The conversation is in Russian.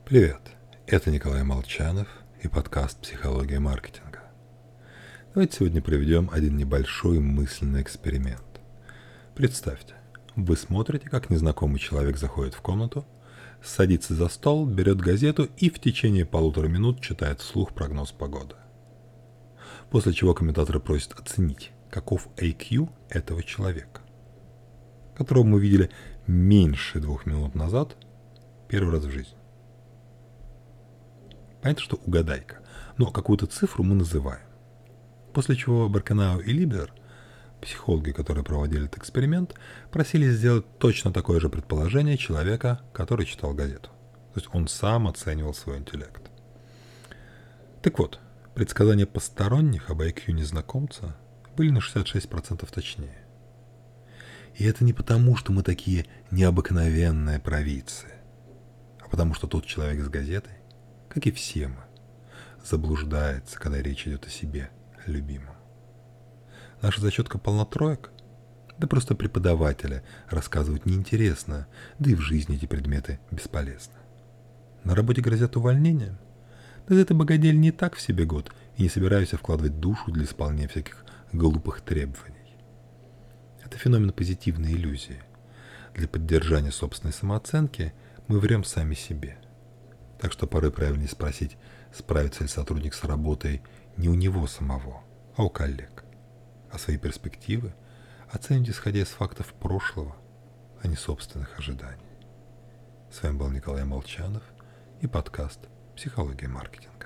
Привет, это Николай Молчанов и подкаст «Психология маркетинга». Давайте сегодня проведем один небольшой мысленный эксперимент. Представьте, вы смотрите, как незнакомый человек заходит в комнату, садится за стол, берет газету и в течение 1,5 минут читает вслух прогноз погоды. После чего комментаторы просят оценить, каков IQ этого человека, которого мы видели меньше 2 минут назад первый раз в жизни. Понятно, что угадайка, но какую-то цифру мы называем. После чего Барканау и Либер, психологи, которые проводили этот эксперимент, просили сделать точно такое же предположение человека, который читал газету. То есть он сам оценивал свой интеллект. Так вот, предсказания посторонних об IQ незнакомца были на 66% точнее. И это не потому, что мы такие необыкновенные провидцы, а потому что тот человек с газетой, как и все мы, заблуждается, когда речь идет о себе любимом. Наша зачетка полна троек? Да просто преподаватели рассказывают неинтересно, да и в жизни эти предметы бесполезны. На работе грозят увольнением? Да за это богадельни не так в себе год и не собираюсь вкладывать душу для исполнения всяких глупых требований. Это феномен позитивной иллюзии. Для поддержания собственной самооценки мы врем сами себе. Так что порой правильнее спросить, справится ли сотрудник с работой не у него самого, а у коллег. А свои перспективы оценить, исходя из фактов прошлого, а не собственных ожиданий. С вами был Николай Молчанов и подкаст «Психология маркетинга».